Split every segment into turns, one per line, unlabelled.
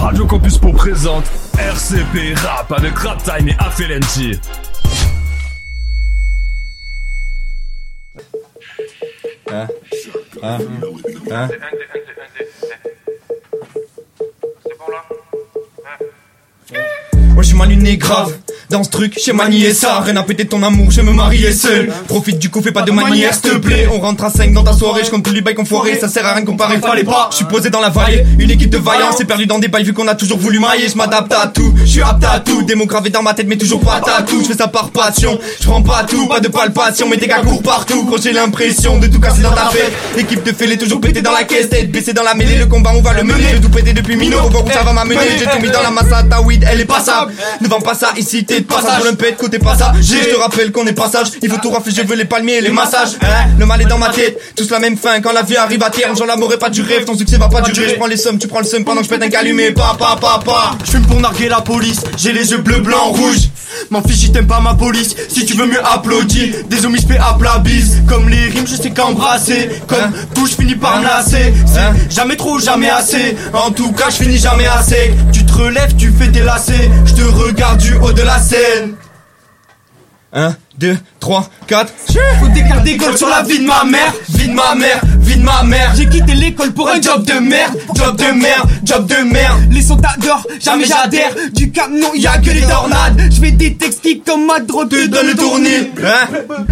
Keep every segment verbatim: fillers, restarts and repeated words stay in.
Radio Campus Pau présente R C P Rap avec Raptime et Afelenti.
Hein Hein Hein
C'est bon là?
Moi je suis mal luné grave. Dans ce truc, j'ai manié ça. Rien à péter de ton amour, je me marier seul. Profite du coup, fais pas de manière, s'il te plaît. On rentre à cinq dans ta soirée, je compte tous les bails qu'on foiré. Ça sert à rien de comparer, fallait pas. Je suis posé dans la vallée, une équipe de vaillants. C'est perdu dans des bails vu qu'on a toujours voulu mailler. Je m'adapte à tout, je suis apte à tout. Des mots gravés dans ma tête, mais toujours pas à tout. Je fais ça par passion, je prends pas tout, pas de palpation. Mais tes gars courent partout, quand j'ai l'impression de tout casser dans ta fête. Équipe de fêlés, toujours pété dans la caisse, tête baissée dans la mêlée. Le combat, on va le mener. J'ai tout pété depuis Mino, au voir où ça va m'amener. J'ai tout mis dans la massa, ta weed, elle est passable. Ne vends pas ça ici, t'es de passage. Pour le pète, côté passage, je te rappelle qu'on est passage. Il faut tout rafler, je veux les palmiers et les massages. Hein, le mal est dans ma tête, tous la même fin. Quand la vie arrive à terme, genre l'amour est pas du rêve. Ton succès va pas durer, je prends les sommes, tu prends le seum pendant que je pète un calumet. Pa pa pa pa. Je fume pour narguer la police, j'ai les yeux bleus, blancs, rouges. M'en fiche si t'aimes pas ma police, si tu veux mieux applaudis. Des hommes je fais à plat bise. Comme les rimes je sais qu'embrasser. Comme hein? Tout je finis par me lasser. C'est hein? Jamais trop, jamais assez. En tout cas je finis jamais assez. Tu te relèves, tu fais tes lacets. Je te regarde du haut de la scène. un, deux, trois, quatre. Faut déclarer des gaules sur la vie de ma mère. Vie de ma mère, vie de ma mère. J'ai quitté l'école pour un job de merde. Job de merde, job de merde. Les sons t'adorent, jamais j'adhère. Du camion, y'a que les tornades. J'fais des textes qui comme ma drogue te donne le tournis. Hein?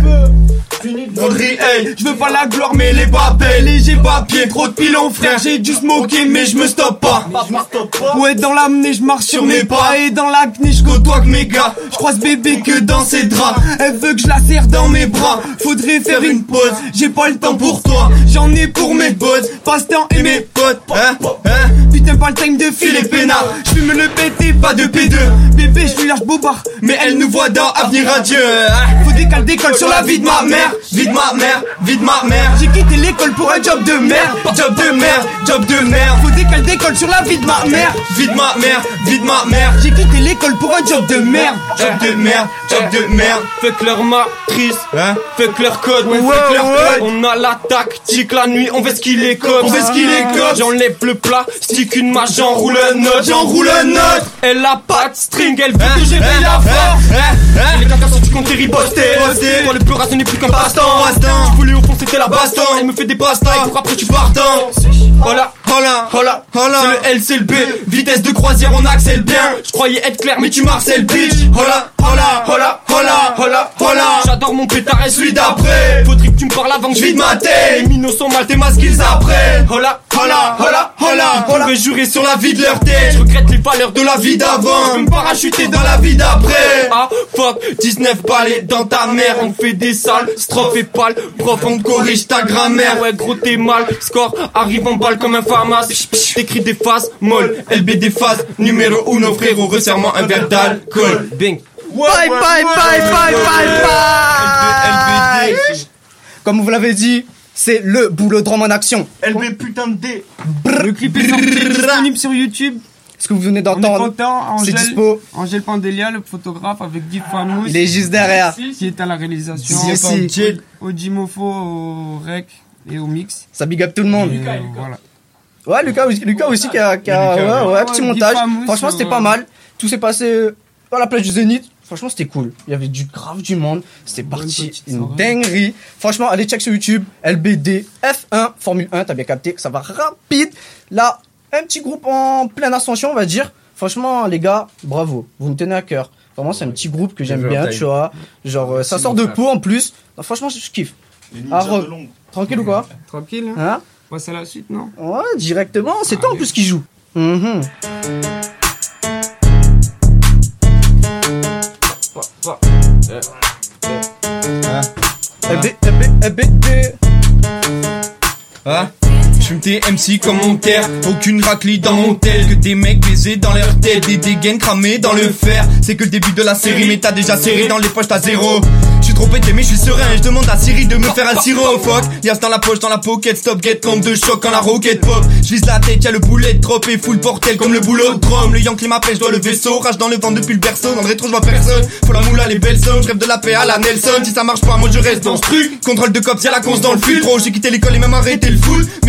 Audrey, hey, je veux pas la gloire mais les papels. Léger papier, trop de pilons frère. J'ai dû smoker mais je me stoppe pas. Ouais dans l'amener je marche sur mes pas. Et dans l'acné je côtoie que mes gars. Je croise bébé que dans ses draps. Elle veut que je la serre dans mes bras. Faudrait faire une pause. J'ai pas le temps pour toi. J'en ai pour mes potes. Passe-temps et mes potes. Hein, hein. Putain pas le time de filer peinard. Je fume le pété, pas de P deux. Bébé je lui lâche bobard. Mais elle nous voit dans Avenir Adieu. Hein. Faut décaler d'école sur la vie de ma mère. Vie de ma mère, vie de ma mère. J'ai quitté l'école pour un job de merde. Job de merde, job de merde. Faut décaler d'école sur la vie de ma mère. Vie de ma mère, vie de ma mère. J'ai quitté l'école pour un job de merde. Job de merde, job de merde.
Fuck leur matrice,
hein?
Fuck leur code,
ouais,
fuck
ouais,
leur
ouais.
code. On a la tactique la nuit, on fait ce qu'il les code.
On fait ce qu'il les code.
J'enlève le plat, stick une main, j'enroule un note.
J'enroule un note.
Elle a pas de string, elle veut
hein?
que j'éveille
hein?
la force.
hein? hein?
Les caca sont du compte et riposté. Toi le plus rare ce n'est plus qu'un passe-temps. Tu voulais au fond c'était la baston. Elle me fait des passe-tailles pour après tu partant. Voilà,
Hola,
voilà,
hola.
c'est le L, c'est le B. Vitesse de croisière, on accèle bien. Je croyais être clair, mais tu marcelles bitch.
Hola, hola,
Hola,
hola,
hola,
hola.
J'adore mon pétard et celui
Celui
d'après.
d'après.
Faudrait que tu me parles avant que je
Vide ma tête.
Les minos sont mal,
T'es ma skills après.
Hola,
Hola, hola, hola.
On veut jurer sur la vie de leur tête.
Je
Je regrette les valeurs de la vie d'avant.
Je
Je
veux
me
me
parachuter dans la vie d'après. Ah fuck, dix-neuf balais dans ta mère. On fait des sales, strophe et pâle. Prof, on te corrige ta grammaire. Ouais gros t'es mal, score arrive en balle comme un pharmace. T'écris des phases molles, L B des phases. Numéro uno frérot, resserre-moi un verre d'alcool. Bing.
Bye bye bye bye bye bye.
L B D.
Comme vous l'avez dit, c'est le Boulodrome en action.
L B putain de D.
Le clip est sorti, disponible sur YouTube.
Ce que vous venez
On est
d'entendre,
content.
c'est
Angèle,
dispo.
Angèle Pandélia, le photographe avec Guy Famous.
Il est juste derrière.
Qui est à la réalisation.
Si, si.
Odimofo au rec et au mix.
Ça big up tout le monde.
Et, euh, voilà.
Ouais, Lucas, aussi- Lucas aussi qui a, qui a
Lucas,
ouais, ouais, petit
ouais,
montage.
Guy Famous,
Franchement, c'était
ouais.
pas mal. Tout s'est passé euh, à la plage du Zénith. Franchement, c'était cool. Il y avait du grave du monde. C'était
Bonne
parti.
petite
Une
soirée.
dinguerie. Franchement, allez check sur YouTube. L B D F un, Formule un. T'as bien capté que ça va rapide. Là, un petit groupe en pleine ascension, on va dire. Franchement, les gars, bravo. Vous me tenez à cœur. Vraiment, c'est un petit groupe que j'aime bien, tu vois. Genre, euh, ça sort de Pau en plus. Donc, franchement, je kiffe. Ah, re- Tranquille ou quoi?
Tranquille, hein.
Hein?
Passe à la suite, non?
Ouais, directement. C'est toi en plus qui joue. Mhm. Eh B, eh B, eh B, B.
Hein? J'fume tes M C comme mon terre. Aucune raclée dans mon tel. Que des mecs baisés dans leur tête. Des dégaines cramées dans le fer. C'est que le début de la série, mais t'as déjà serré dans les poches, t'as zéro. J'suis trop pété mais j'suis serein. Je demande à Siri de me faire un sirop. Fuck, lias dans la poche, dans la pocket. Stop, get comme de choc quand la roquette pop. J'vise la tête, y'a le boulet trop et full portel comme le boulot de drum. Le Yankee m'appelle, j'dois le vaisseau. Rage dans le vent depuis le berceau. Dans le rétro, j'vois personne. Faut la moula, les belles sommes. J'rêve de la paix à la Nelson. Si ça marche pas, moi je reste dans ce truc. Contrôle de cops, y'a la conce dans le filtre. J'ai quitté l'école et même arrêté le foot. Mais cher mon business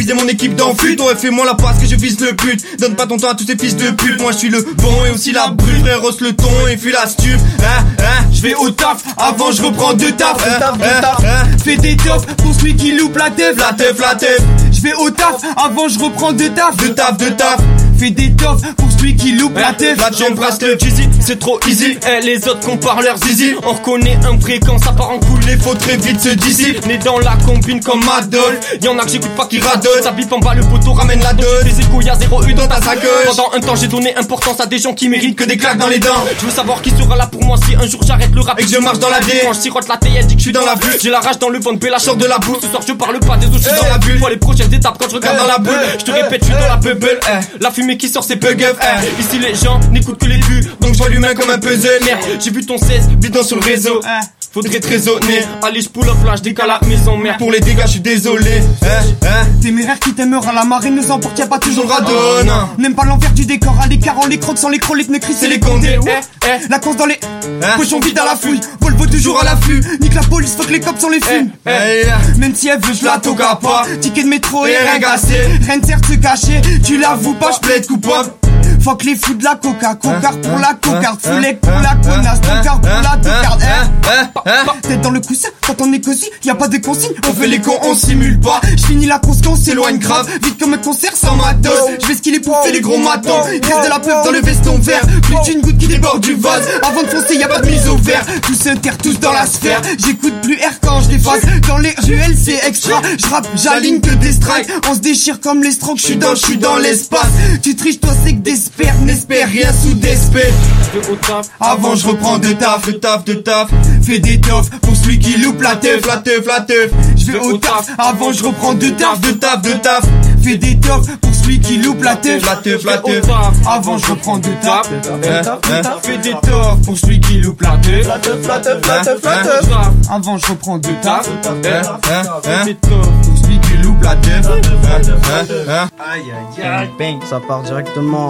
viser mon équipe dans fut. Ouais, fais-moi la passe que je vise le but. Donne pas ton temps à tous ces fils de pute. Moi je suis le bon et aussi la brute. Frère, hausse le ton et fuis la stupe. Hein, hein, je vais au taf, avant je reprends deux taf.
Deux taf, deux
Hein,
taf.
hein,
Fais des tops pour celui qui loupe la teuf.
La teuf, la teuf.
Je vais au taf, avant je reprends deux taf.
Deux taf, deux taf.
Fais des tops pour celui qui loupe la teuf.
La j'embrasse le Jeezy, c'est trop easy.
Eh, les autres comparent leurs zizi. On reconnaît un vrai quand ça part en couille.
Les faux très vite se dissipent.
Né dans la combine comme
Comme Madol,
Y'en a que j'écoute pas qui
qui
radonnent.
radonnent.
Ça bip en bas le poteau, ramène la dose. Les échos, y'a zéro eu dans ta
sacoche.
Pendant un temps j'ai donné importance à des gens qui méritent
que des claques dans les dents.
Je veux savoir qui sera là pour moi si un jour j'arrête le rap
Et que je marche dans la D.
Quand je sirote la taille, elle dit que je suis
dans la bulle.
J'ai la rage dans le ventre, la
Sors de la boue.
Ce soir je parle pas des autres, je suis
Eh,
dans la bulle.
eh,
Vois les prochaines étapes quand je regarde
eh,
dans la bulle.
eh,
Je te
eh,
répète, je suis dans la
eh,
bubble.
eh.
La fumée qui sort c'est
Bug
bug
up, eh.
Ici les gens n'écoutent que les vues.
Donc je vois l'humain comme un puzzle.
Merde, j'ai vu ton seize,
Bidon sur le réseau.
Hein.
Faudrait te raisonner.
allez je pull up là, je décale la maison merde.
Pour les dégâts, je suis désolé. Hein, hein.
Téméraire qui t'aimera, la marée nous emporte, y'a pas toujours
Toujours radonne.
N'aime pas l'envers du décor, à l'écart, on les croque sans les crocs, les pneus cris,
C'est les condés.
Ouais.
Eh, eh.
La course dans les
Hein.
pochons vides à la fouille, Volvo toujours à l'affût, nique la police, faut que les cops sont les fumes.
Eh, eh.
Même si elle veut, je la toque pas. Ticket de métro et
Et
rien
rien
cassé.
cassé.
Rien ne sert de se cacher, tu l'avoues pas, je
Plaide coupable.
Fuck les fous de la coca, cocard pour la cocarde,
hein,
foulec pour
hein,
la connasse,
hein,
tocard pour
hein,
la tocarde.
hein,
Hein.
hein, hein.
Tête dans le coussin, quand on est cosy, y a pas de consigne,
On fait les cons, on simule pas.
Je finis la course qu'on s'éloigne
S'éloigne grave.
grave. Vite comme un concert sans matos. Je vais skiller pour faire les gros matons. Reste de la peur dans le veston vert. Plus d'une goutte qui déborde du vase. Avant de foncer, y a pas de mise au vert. Tous s'interrent tous dans la sphère. J'écoute plus R quand je déface. Dans les ruelles, c'est extra. Je rappe, j'aligne que des strikes. On se déchire comme les strokes. Je suis dans, je suis dans l'espace. Tu triches, toi, c'est que d'espère. N'espère rien sous d'espèce.
Je vais au taf.
Avant je reprends de taf, de taf, de taf.
Fais des toffs pour celui qui loupe la teuf.
La teuf, la teuf.
Je vais au taf. Avant, je reprends de taf.
De taf, de taf.
Fais des toffs pour celui qui loupe la teuf.
La teuf, la
Au
teuf.
taf.
Avant, je reprends de taf.
Hein, hein.
Fais des toffs pour celui qui loupe la teuf.
La teuf, la teuf, la
Hein,
teuf, la
hein.
teuf.
Avant, je reprends de taf.
Hein, hein, hein.
Fais top.
Pour celui qui loupe la teuf.
Hein, hein, hein.
Bang, ça part directement.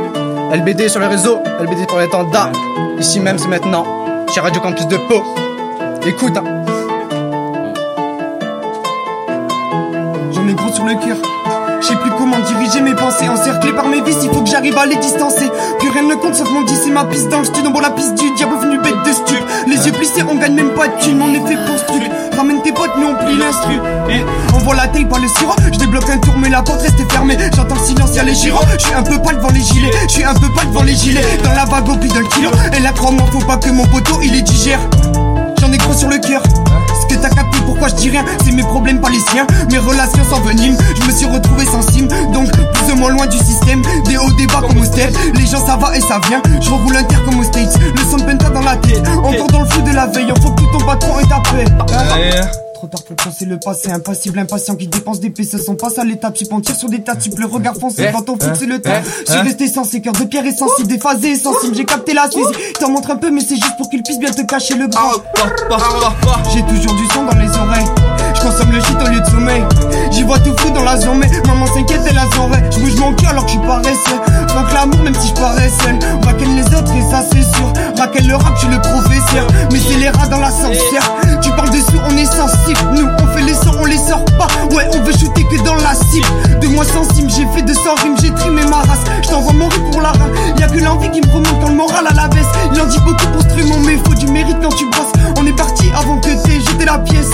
L B D sur les réseaux, L B D pour les temps d'A. Ici même, c'est maintenant. Chez Radio Campus de Pau. Écoute, hein.
J'en ai gros sur le cœur. Je sais plus comment diriger mes pensées. Encerclé par mes vices, il faut que j'arrive à les distancer. Plus rien ne compte sauf mon dix, c'est ma piste dans le studio. Bon, la piste du diable venu bête de stup. Les yeux plissés, on gagne même pas de thunes. On est fait pour ce truc. Ramène tes potes, mais on plie l'instru. Et envoie la taille par le sirop. Je débloque un tour, mais la porte reste fermée. J'entends le silence, y'a les gyros. Je suis un peu pâle devant les gilets. Je suis un peu pâle devant les gilets. Dans la vague au plus d'un kilo. Et là, crois-moi, faut pas que mon poteau il les digère. J'en ai gros sur le cœur. Ce que t'as capté, pourquoi je dis rien, c'est mes problèmes pas les siens. Mes relations s'enveniment, je me suis retrouvé sans cime. Donc plus ou moins loin du système. Des hauts, des bas comme au step. Les gens ça va et ça vient. Je reroule un terre comme au States. Le son de penta dans la tête. Encore dans le flou de la veille. On faut que tout ton patron est ta paix. Hein? Trop tard pour penser le passé, impassible, impatient qui dépense des pistes, sont pas à l'étape, tu tire sur des tas, tu le regard foncé quand on fixe le temps. Je suis resté sensé, cœur de pierre et sensible, déphasé et sensible, j'ai capté la saisie. T'en montre un peu, mais c'est juste pour qu'il puisse bien te cacher le grand. J'ai toujours du son dans les oreilles. Je consomme le shit au lieu de sommeil. J'y vois tout fou dans la zone, mais maman s'inquiète, elle a son rêve. Je bouge mon cœur alors que je suis paresseux. Fuck l'amour, même si je parais seul. Raquel les autres, et ça c'est sûr. Raquel le rap, je suis le professeur. Mais c'est les rats dans l'ascenseur. Tu parles dessous, on est sensible. Nous, on fait les sons, on les sort pas. Ouais, on veut shooter que dans la cible. De moi sensible, j'ai fait deux cents rimes, j'ai trimé ma race. Je t'envoie mourir pour la rein. Y'a que l'envie qui me remonte quand le moral à la baisse. Il en dit beaucoup pour ce truc, mais faut du mérite quand tu brosses. On est parti avant que t'aies jeté la pièce.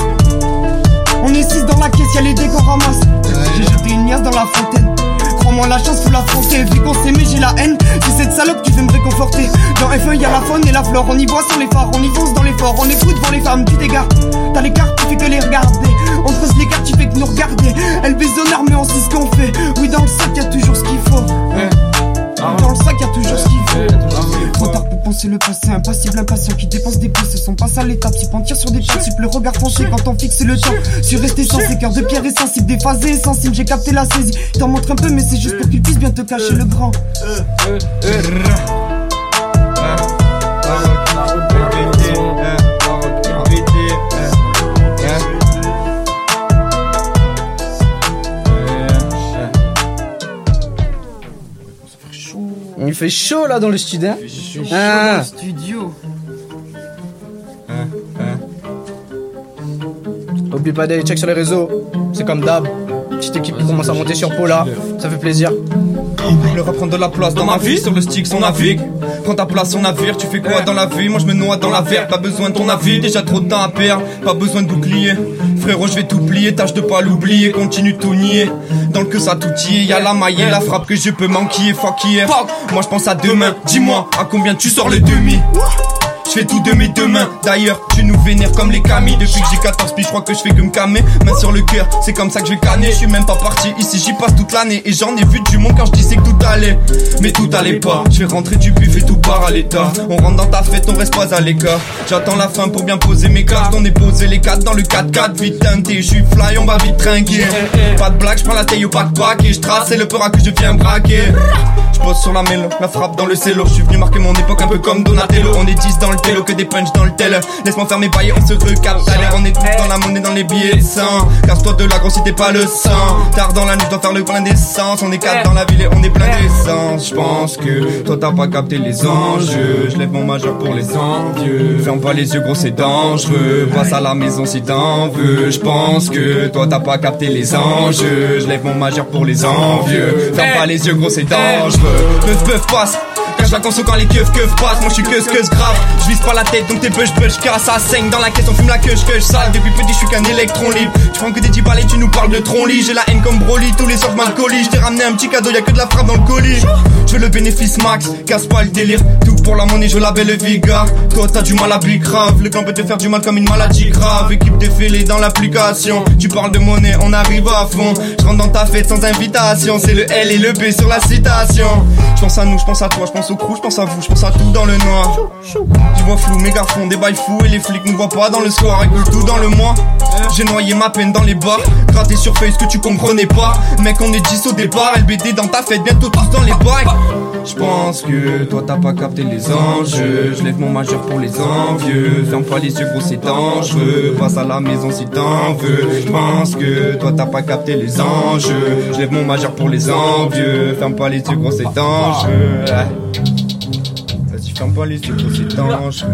On est six dans la caisse, y'a les dés qu'on ramasse. J'ai jeté une niasse dans la fontaine. Crois-moi, la chance faut l'affronter. Vu qu'on s'aimait, j'ai la haine. C'est cette salope qui veut me réconforter. Dans F un, y'a la faune et la flore. On y voit sans les phares, on y fonce dans l'effort. On est fou devant les femmes, tu t'égares. T'as les cartes, tu fais que les regarder. On creuse les cartes, tu fais que nous regarder. Elle baise honneur, mais on sait ce qu'on fait. Oui, dans le sac, y'a toujours ce qu'il faut. Dans le sac, y'a toujours ce qu'il faut. Trop tard pour penser le passé, impassible, impatient qui dépense des pieds. Ce sont pas ça l'étape, si on tire sur des principes, le regard foncé quand on fixe le temps. Suis resté sensé, cœur de pierre et sensible, déphasé et sensible, j'ai capté la saisie. T'en montre un peu, mais c'est juste pour qu'il puisse bien te cacher le grand.
Il fait chaud là dans le studio. Ah.
Studio.
Oublie pas d'aller check sur les réseaux. C'est comme d'hab. petite équipe qui commence à monter sur Paula. Ça fait plaisir.
Le rap prend de la place dans ma vie, sur le stick on navigue. Prends ta place, on navire, tu fais quoi dans la vie? Moi je me noie dans la verre, pas besoin de ton avis, déjà trop de temps à perdre, pas besoin de bouclier. Frérot je vais tout plier, tâche de pas l'oublier, continue de tout nier. Dans le que ça tout y est, y'a la maille et la frappe que je peux manquer, fuck hier. Moi je pense à demain, dis-moi à combien tu sors le demi. Je fais tout de mes deux mains, d'ailleurs tu nous vénères comme les camis. Depuis que j'ai quatorze piges, je crois que je fais que me calmer. Main sur le cœur, c'est comme ça que je vais canner. Je suis même pas parti ici, j'y passe toute l'année. Et j'en ai vu du monde quand je disais que tout allait. Mais tout allait pas, je vais rentrer du buffet, tout part à l'état. On rentre dans ta fête, on reste pas à l'écart. J'attends la fin pour bien poser mes cartes. On est posé les quatre dans le quatre quatre. Vite teinté, je suis fly, on va vite trinquer. Pas de blague, je prends la taille au backpack. Et je trace et le peur à que je viens braquer. Je pose sur la mélo, la frappe dans le cello. Je suis venu marquer mon époque un peu comme Donatello. On est dix dans le télo, que des punch dans le tel. Laisse-moi faire mes bails, on se recapte. Allez, on est tous dans la monnaie, dans les billets de sang. Casse-toi de la grosse si t'es pas le sang. Tard dans la nuit, je dois faire le plein d'essence. On est quatre dans la ville et on est plein d'essence. Je pense que toi t'as pas capté les enjeux. Je lève mon majeur pour les envieux. Ferme pas les yeux, gros, c'est dangereux. Passe à la maison si t'en veux. Je pense que toi t'as pas capté les enjeux. Je lève mon majeur pour les envieux. Ferme pas les yeux, gros, c'est dangereux. Peuf, peuf, passe. Cache la conso quand les keufs keufs passent. Moi je suis queuse queuse grave. Je vise pas la tête donc t'es bush bush. Casse ça saigne dans la caisse, on fume la queue queue sale. Depuis petit je suis qu'un électron libre. Tu prends que des dix balles et tu nous parles de tronli. J'ai la haine comme Broly, tous les soirs mal colis. Je t'ai ramené un petit cadeau, y'a que de la frappe dans le colis. Je veux le bénéfice max, casse pas le délire. Tout pour la monnaie, je veux la belle Viga. Toi t'as du mal à big grave. Le clan peut te faire du mal comme une maladie grave. Équipe défilée dans l'application. Tu parles de monnaie, on arrive à fond. Je rentre dans ta fête sans invitation. C'est le L et le B sur la citation. Je pense à nous, je pense à toi, je pense au crew, je pense à vous, je pense à tout dans le noir. Tu vois flou, méga fond, des bails fous et les flics nous voient pas dans le soir. Avec le tout dans le mois. J'ai noyé ma peine dans les bars. Gratté sur face que tu comprenais pas. Mec on est dix au départ, L B D dans ta fête, bientôt tous dans les bails. Je pense que toi t'as pas capté les enjeux. Je lève mon majeur pour les envieux. Ferme pas les yeux gros c'est dangereux. Passe à la maison si t'en veux. Je pense que toi t'as pas capté les enjeux. Je lève mon majeur pour les envieux. Ferme pas les yeux gros c'est dangereux. Vas-y ferme pas les yeux gros c'est dangereux.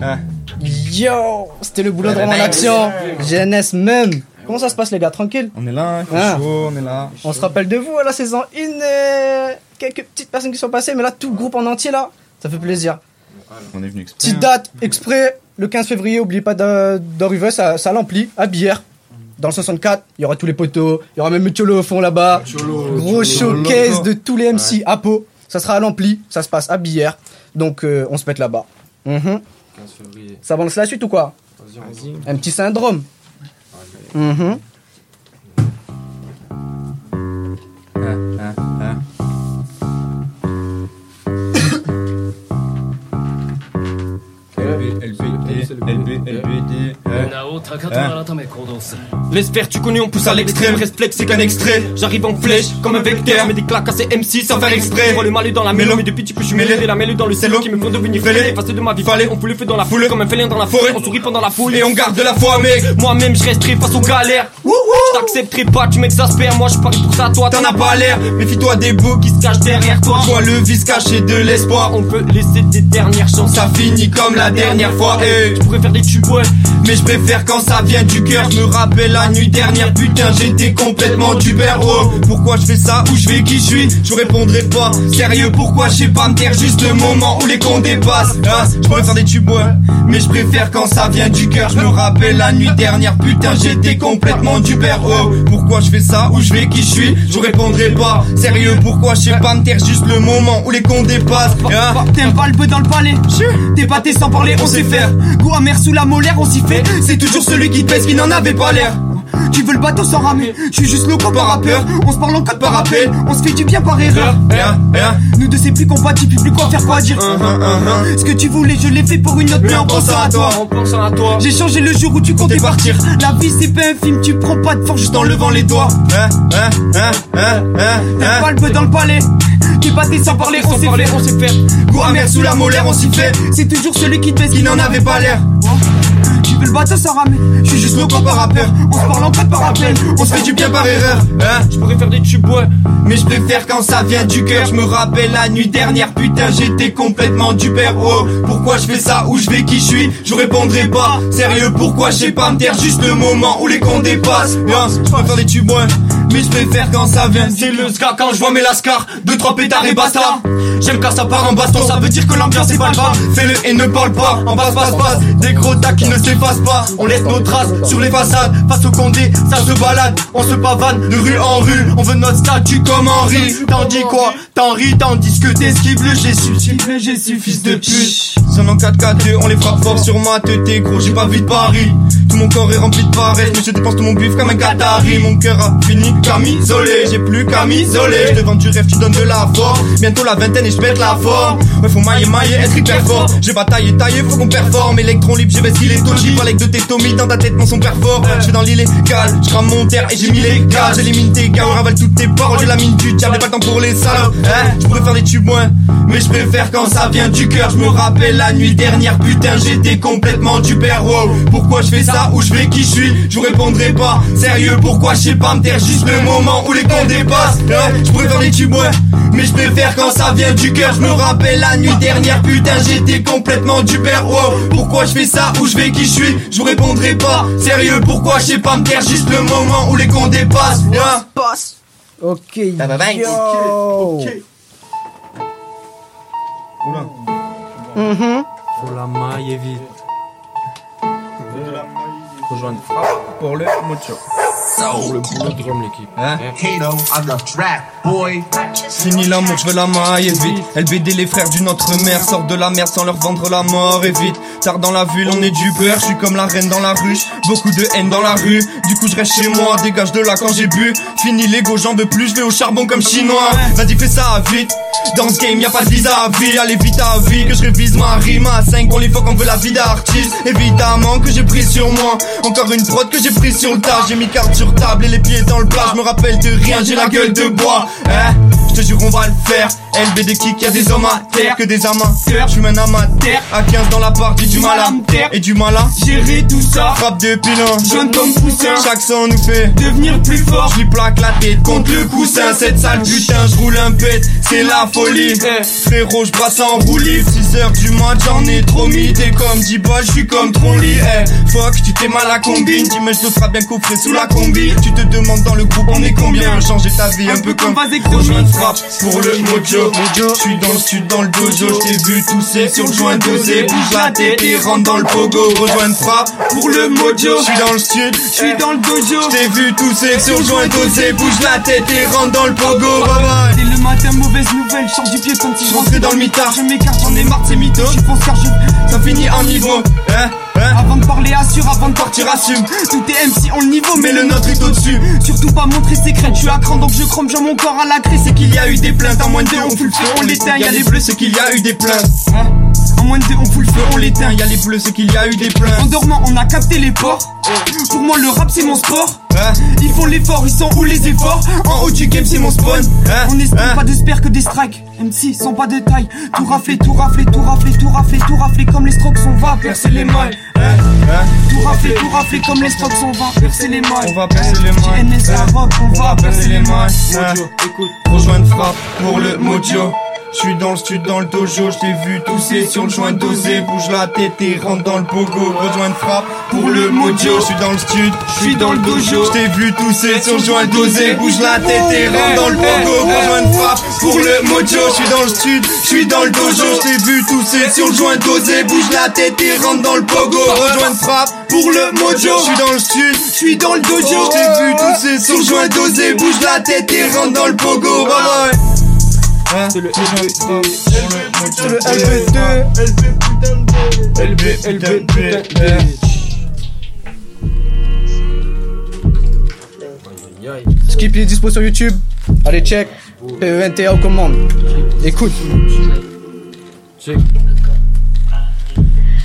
Yo, c'était le boulot de Romain en action. G N S même. Comment ça se passe les gars, tranquille?
On est là, il fait
Ah.
chaud, on est là.
On se rappelle de vous à la saison un, euh, quelques petites personnes qui sont passées, mais là tout le groupe en entier là, ça fait plaisir.
On est venu exprès.
Petite date exprès, le quinze février, oubliez pas d'arriver, ça, ça l'amplit, à Bière. Dans le soixante-quatre, il y aura tous les poteaux, il y aura même le Cholo au fond là-bas. Gros showcase de tous les M C à Pau. Ça sera à l'ampli, ça se passe à Bière. Donc euh, on se pète là-bas. Mhm. Ça avance la suite ou quoi? Un petit syndrome. Mhm.
L B D, L B D, L B D.
Laisse faire, tu connais, on pousse à l'extrême. Resplex, c'est qu'un extrait. J'arrive en flèche, comme un vecteur. Mets des claques à ces M C sans faire exprès. Je vois le mal dans la mélo, mais depuis tu peux, je suis mêlé. La mêlée dans le cello qui me font devenir fêlé. Face de ma vie, fallait, on fout le feu dans la foule. Comme un félin dans la forêt, on sourit pendant la foule.
Et on garde de la foi mec.
Moi-même, je resterai face aux galères. Je t'accepterai pas, tu m'exaspères. Moi, je parie pour ça, toi,
T'en as pas l'air, méfie-toi des beaux qui se cachent derrière toi. Vois le vice caché de l'espoir.
On peut laisser des dernières chances.
Ça finit comme la dernière fois. Hey.
Je pourrais faire des tubes, ouais.
Mais je préfère quand ça vient du cœur. Je me rappelle la nuit dernière, putain j'étais complètement du berro. Pourquoi je fais ça, où je vais, qui je suis, je répondrai pas. Sérieux, pourquoi je sais pas me taire, juste le moment où les cons dépassent. Hein, je pourrais faire des tubes, ouais. Mais je préfère quand ça vient du cœur. Je me rappelle la nuit dernière, putain j'étais complètement du berro. Pourquoi je fais ça, où je vais, qui je suis, je répondrai pas. Sérieux, pourquoi je sais pas me taire, juste le moment où les cons dépassent. Hein.
T'aimes pas le peu dans le palais, t'es pâté sans parler, on sait faire. Goût amer sous la molaire, on s'y fait.
C'est toujours celui qui pèse qui n'en avait pas l'air.
Tu veux le bateau sans ramer, je suis juste loco par rappeur. On se parle en code par rappel, on se fait du bien par erreur.
Hein, hein.
Nous deux c'est plus compatible, plus quoi faire, quoi dire. Ce que tu voulais je l'ai fait pour une autre, mais en pensant à toi.
En pensant à toi.
J'ai changé le jour où tu comptais partir. La vie c'est pas un film, tu prends pas de force juste en levant les doigts.
Hein, hein, hein, hein, hein,
T'aimes
hein.
pas le peu dans le palais, t'es pâté sans parler, on
Sans
sait
parler,
faire.
on sait faire.
Goût amer sous la molaire, on s'y fait.
C'est toujours celui qui te pèse
Qui n'en avait pas l'air.
Tu que le bateau ça ramène. Je suis juste loco par rappeur, on se parle en pas par appel.
On se fait du bien par erreur, hein.
Je pourrais faire des tubes, ouais.
Mais je préfère quand ça vient du cœur. Je me rappelle la nuit dernière, putain j'étais complètement du père. Oh, pourquoi je fais ça, où je vais, qui je suis, je répondrai pas. Sérieux, pourquoi je sais pas me taire, juste le moment où les cons dépassent. Hein, je préfère les tubes, ouais. Mais je préfère quand ça vient, c'est le ska. Quand je vois mes lascars, deux trois pétards et basta. J'aime quand ça part en baston, ça veut dire que l'ambiance est palpable. Fais-le et ne parle pas, en passe passe passe. Des gros tacs qui ne s'effacent pas. On laisse nos traces sur les façades. Face au condé, ça se balade. On se pavane de rue en rue. On veut notre statut comme Henri. T'en dis quoi, t'en ris, tandis que t'esquives le Jésus. Le Jésus, fils de pute. Son en quatre quatre deux, on les frappe fort sur ma tête. T'es gros, j'ai pas vu de Paris. Tout mon corps est rempli de paresse, mais je dépense tout mon bif comme un Qatari. Mon cœur a fini camisolé, j'ai plus qu'à m'isoler. Je te vends du rêve, tu donnes de la force. Bientôt la vingtaine et je pète la forme. Ouais, faut mailler, mailler, être hyper fort. J'ai bataillé, taillé, faut qu'on performe. Électron libre, j'ai baissé les taux. J'y parle avec de tes tomies dans ta tête, mon son perd fort. Je fais dans l'illégal, je crame mon terre et j'ai mis les gars. J'élimine tes gars, on ravale toutes tes paroles. J'ai la mine du diable, pas le temps pour les salopes. Hein, je pourrais faire des tubes, moins, mais je préfère quand ça vient du cœur. Je me rappelle la nuit dernière, putain, j'étais complètement du père. Wow, pourquoi je fais ça, où je vais, qui je suis, je vous répondrai pas. Sérieux, pourquoi je sais pas me taire, juste le moment où les cons dépassent. Hein, je pourrais faire des tubes, ouais, mais je préfère quand ça vient du cœur. Je me rappelle la nuit dernière, putain, j'étais complètement du père. Wow, pourquoi je fais ça, où je vais, qui je suis, je vous répondrai pas. Sérieux, pourquoi je sais pas me taire, juste le moment où les cons dépassent. Hein.
Passe. Ok.
Bah, bah, bah,
Yo.
ok, ok. Oula.
Mhm.
Pour la maille, vite.
Rejoindre frappe pour le mocho.
Pour le boulot de drum, l'équipe.
Hein?
Kato on the track, boy.
Fini l'amour, je veux la maille et vite. L B D les frères d'une autre mère sortent de la merde sans leur vendre la mort et vite. Tard dans la ville, on est du beurre, je suis comme la reine dans la ruche. Beaucoup de haine dans la rue, du coup je reste chez moi, dégage de là quand j'ai bu. Fini l'ego, j'en veux plus, je vais au charbon comme chinois. Vas-y fais ça vite, dans ce game y'a pas de visa à vie. Allez vite à vie, que je révise ma rime à cinq pour les fois qu'on veut la vie d'artiste. Évidemment que j'ai pris sur moi, encore une prod que j'ai pris sur le tas. J'ai mis carte sur table et les pieds dans le plat, je me rappelle de rien, j'ai la gueule de bois. Hein, je te jure on va le faire. L B D kick, y'a des hommes à terre, que des amateurs, je suis un amateur. À quinze dans la part, j'ai du mal à me taire et du mal à
Gérer tout ça,
frappe de pilon,
jeune comme poussin.
chaque son nous fait
Devenir plus fort,
je lui plaque la tête contre le coussin. Cette sale putain, je roule un pet, c'est la folie.
Eh.
Frérot, je brasse en roue libre. six heures du mat, j'en ai trop mis. T'es comme dix balles, je suis comme Tronly. Eh, fuck, tu t'es mal à combine. Dis-moi, je te ferai bien coffrer sous la combi. Tu te demandes dans le groupe, on est combien? Changer ta vie un peu comme rejoindre frappe pour le mojo. Je suis dans le sud, dans le dojo. Je t'ai vu tousser sur le joint dosé. Bouge la tête et rentre dans le pogo. Rejoindre frappe pour le mojo. Je suis dans le sud, je suis dans le dojo. Je t'ai vu tousser sur le joint dosé. Bouge la tête et rentre dans le pogo. Bye bye.
Dès le matin, mauvaise nouvelle, je sors du pied comme si je
Rentrer dans le mitard,
Je m'écarte,
j'en ai marre de ces mythos.
je pense car je...
Ça finit en niveau, hein, hein.
Avant de parler, assure, avant de
Tu
partir,
rassumes,
tout est M C, on le niveau,
mais le nôtre est au-dessus.
surtout pas montrer ses crêtes. Je suis à cran donc je crame, j'ai mon corps à la craie. C'est qu'il
Il y a eu des plaintes, en moins de deux on fout le feu, on l'éteint. Il y a les bleus, c'est qu'il y a eu des plaintes.
hein. En moins de deux, on fout le feu, on l'éteint.
Il y a les bleus, c'est qu'il y a eu des
En
plaintes.
dormant, on a capté les ports. Pour moi, le rap, c'est mon sport.
Hein,
Ils font l'effort, ils sont où les efforts?
en haut du game, c'est mon spawn. Hein,
On espère
hein.
pas de spare que des strikes. M C sans pas de taille. Tout raflé, tout raflé, tout raflé, tout raflé, tout raflé comme les strokes, on va percer les mailles.
Hein, hein.
Tout raflé, tout raflé comme les strokes, on va percer les mailles.
On va percer les mailles.
G N S la rock, on va percer les mailles.
Hein. Rejoindre frappe pour le mojo. Je suis dans le stud, dans le dojo, je t'ai vu tousser sur le joint dosé. Bouge la tête et rentre dans le pogo. Rejoindre frappe pour le mojo. Je suis dans le stud, je suis dans le dojo. Je t'ai vu tousser sur le joint dosé. Bouge la tête et rentre dans le pogo. Rejoindre frappe pour le mojo. Je suis dans le stud, je suis dans le dojo. Je t'ai vu tousser sur le joint dosé. Bouge la tête et rentre dans le pogo. Rejoindre frappe pour le mojo. Je suis dans le stud, je suis dans le dojo. Je t'ai vu tousser sur le joint dosé. Bouge la tête et rentre dans le pogo. Bye bye. Hein,
C'est le L
c'est
Le L B deux.
L B, L B, putain de
Skip il est dispo sur YouTube. Allez check. P E N T A aux commandes. Écoute.
Check.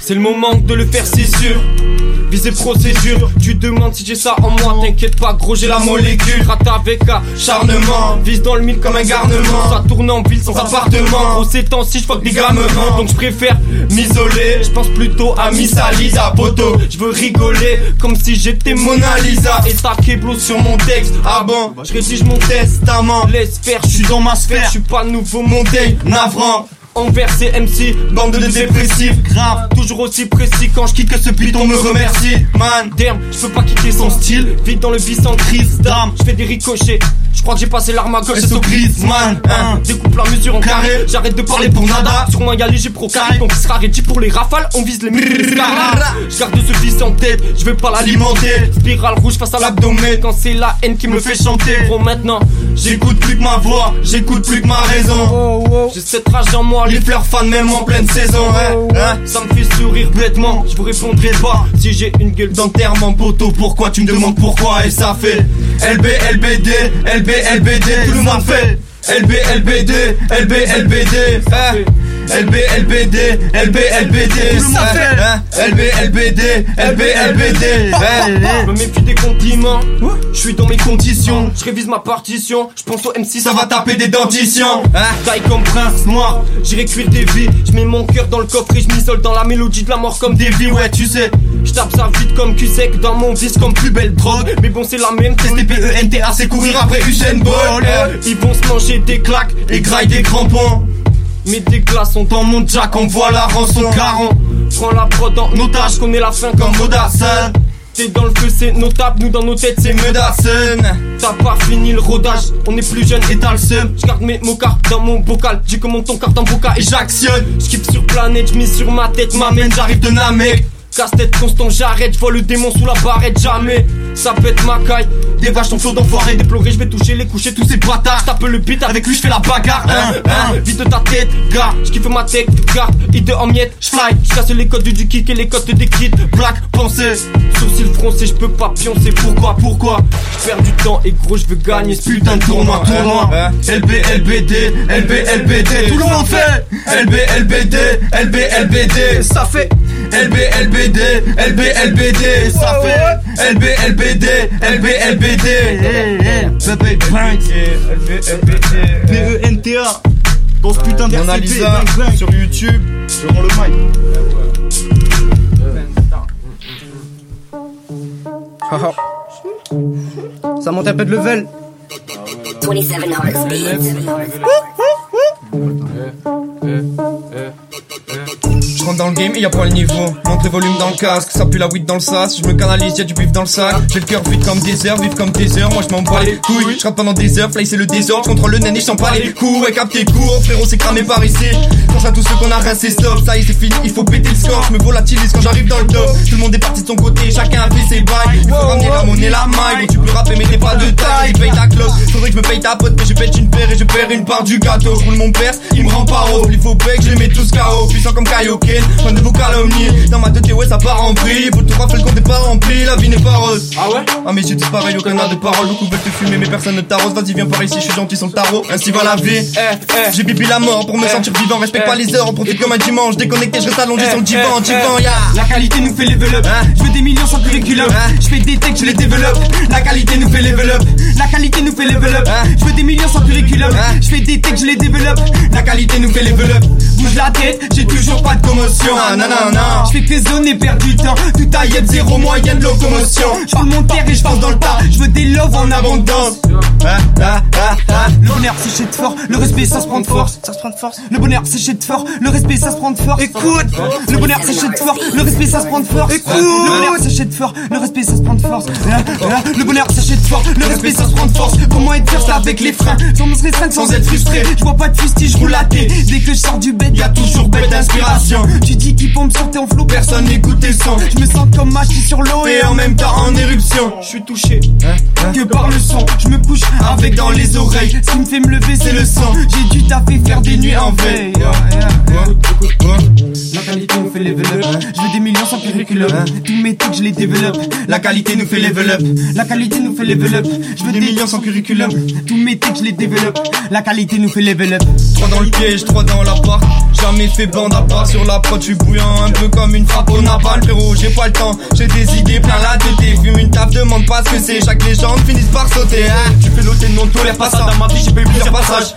C'est le moment de le faire, c'est sûr. Visée procédure, tu demandes si j'ai ça en moi. T'inquiète pas gros, j'ai la molécule. Rate avec acharnement, vise dans le mille comme un garnement. Ça tourne en ville sans appartement. Gros ces temps-ci j'fuck des gamements. Donc j'préfère m'isoler, j'pense plutôt à Miss Alisa. Poto, j'veux rigoler comme si j'étais Mona Lisa. Et ta keblo sur mon texte, ah bon, j'rédige mon testament. Laisse faire, j'suis dans ma sphère, j'suis pas nouveau monté, navrant. Envers ces M C, bande de dépressifs. Grave, toujours aussi précis. Quand je quitte que ce piton me remercie. Man, damn, je peux pas quitter son style. Vite dans le vice en crise, dame. Je fais des ricochets. Je crois que j'ai passé l'arme à gauche et au grise, man. Hein, découpe la mesure en carré. J'arrête de parler pour nada. Sur moi y'a léger pro carré. Donc il sera ready pour les rafales. On vise les mille. Je garde ce vice en tête. Je vais pas l'alimenter. Spirale rouge face à l'abdomen. Quand c'est la haine qui me fait chanter. Gros maintenant, j'écoute plus que ma voix. J'écoute plus que ma raison. J'ai cette rage en moi. Les fleurs fans même en pleine saison, hein, hein. Ça me fait sourire bêtement. Je vous répondrai pas si j'ai une gueule d'enterrement. Poto, pourquoi tu me demandes pourquoi? Et ça fait L B L B D, L B L B D. Tout le monde fait L B L B D, L B L B D, hein. L B L B D, L B L B D, ça fait hein. L B L B D, L B L B D. Je me méfie des compliments. Je suis dans mes conditions. Je révise ma partition. Je pense au M C, ça va taper des dentitions. Taille comme prince noir. J'irai cuire des vies. Je mets mon cœur dans le coffre et je m'isole dans la mélodie de la mort comme des vies. Ouais, tu sais. Je tape ça vite comme cul sec dans mon vice comme plus belle drogue. Mais bon, c'est la même. T S T P E N T A, c'est courir après Usain Bolt. Ils vont se manger des claques et graille des crampons. Mais des glaçons dans mon jack, on voit la rançon. Caron, prends la prod en otage, connais la fin comme Modasson. T'es dans le feu, c'est notable, nous dans nos têtes, c'est Medasson. T'as pas fini le rodage, on est plus jeune et t'as le seum. J'garde mes mocards dans mon bocal, j'ai commande ton carte en boca et j'actionne. J'kiffe sur planète, j'mise sur ma tête, m'amène, j'arrive de Namek. Casse-tête constant, j'arrête, j'vois le démon sous la barrette, jamais. Ça pète ma caille, des vaches ton flot d'enfoiré. Déploré, j'vais toucher les coucher tous ces bâtards. J'tape le beat, avec lui j'fais la bagarre. Hein, hein, vite de ta tête, gars, j'kiffe ma tech, garde, hide en miettes, j'fly. J'casse les codes du kick et les codes des kits. Black, pensée, sourcil froncé, j'peux pas pioncer. Pourquoi, pourquoi? J'perds du temps et gros, j'veux gagner ce putain de tournoi, tournoi. L B L B D, L B L B D, tout le monde fait L B L B D, L B L B D, ça fait L B L B D, L B L B D, ça fait L B L B D, L B L B D, Bébé Prince, P E N T A, dans ce putain d'R C P, sur YouTube, je rends le mic.
Ça monte un peu de level.
twenty-seven Hearts
Je rentre dans le game et y'a pas le niveau. Monte le volume dans le casque, ça pue la weed dans le sas. Je me canalise, y'a du bif dans le sac. J'ai le cœur vide comme des heures, vif comme des heures. Moi je m'en bats les couilles. Je rappe pendant des heures, fly c'est le désordre. Je contrôle le nen et je sens pas les coups. Ouais, capte tes cours, frérot, c'est cramé par ici. Pense à tous ceux qu'on a rincé, stop. Ça y est, c'est fini, il faut péter le score. Je me volatilise quand j'arrive dans le top. Tout le monde est parti de son côté, chacun a fait ses bails. Il faut ramener la monnaie, la maille. Bon, tu peux rapper, mais t'es pas de taille. Tu payes ta clope. Faudrait que je me paye ta pote, mais je pète une paire et je perds une part du gâteau. Je roule mon perse, il me rend pas haut. Il faut bec, je les mets tous K O. Puissant comme Kaioken, fin de vos calomnies. Dans ma tête, ouais, ça part en vrille. Faut tout rappeler, le compte est pas rempli, la vie n'est pas rose. Ah ouais? Ah, mais yeux tous pareil, aucun a de parole. Beaucoup veulent te fumer, mais personne ne t'arrose. Vas-y, viens par ici, je suis gentil sur le tarot. Ainsi va la vie. Eh, eh. J'ai bibi la mort pour me eh, sentir vivant. Respecte eh, pas les heures, on profite eh, comme un dimanche. Déconnecté, je reste allongé eh, sur le divan. Eh, divan, ya.
La qualité nous fait level up. Hein? Je veux des millions sans curriculum. Hein? Je fais des techs, je les développe. La qualité nous fait level up. La qualité nous fait level up. Hein? Je veux des millions sans curriculum. Hein? Je fais des techs, je les développe. La qualité nous fait level up. Bouge la tête, j'ai toujours pas de commotion. Ah, non, non, non. Je fais que tes zones et perdre du temps. Tout à yep, zéro moyenne de locomotion. Je roule mon terre et je fonce dans le tas. Je veux des loves en abondance. Ah, ah, ah, ah. Le bonheur c'est chez de fort, le respect ça se prend de force. Ça se prend de force. Le bonheur c'est chez de fort, le respect ça se prend de force. Écoute. Le bonheur c'est chez de fort, le respect ça se prend de force. Écoute. Le bonheur c'est chez de fort, le respect ça se prend de force. Le bonheur c'est chez de fort, le respect ça se prend de force. Comment être fier ça avec les freins, sans me restreindre sans être frustré. Je vois pas de fustige, je roule la tête. Dès que je sors du bed, y'a toujours bête d'inspiration. Tu dis qu'il pompe sur tes flow, personne n'écoute tes sons. Je me sens comme machi sur l'eau et en même temps en éruption. Je suis touché que par le son. Je me couche avec dans les oreilles. Ce qui me fait me lever c'est le sang. J'ai dû taffer faire des nuits en veille. La qualité nous fait level up. Je veux des millions sans curriculum. Tous mes tics je les développe. La qualité nous fait level up. La qualité nous fait level up. Je veux des millions sans curriculum. Tous mes tics je les développe. La qualité nous fait level up.
Trois dans le piège, trois dans l'appart. jamais fait bande à part sur la prod, je suis bouillant un peu comme une frappe au napalm. Frérot, j'ai pas le temps, j'ai des idées plein la tête. Fume une taf, demande pas ce que c'est, chaque légende finisse par sauter. Hein. Tu fais l'hôtel, non tolère pas ça. Dans ma vie, j'ai pas eu plusieurs passages.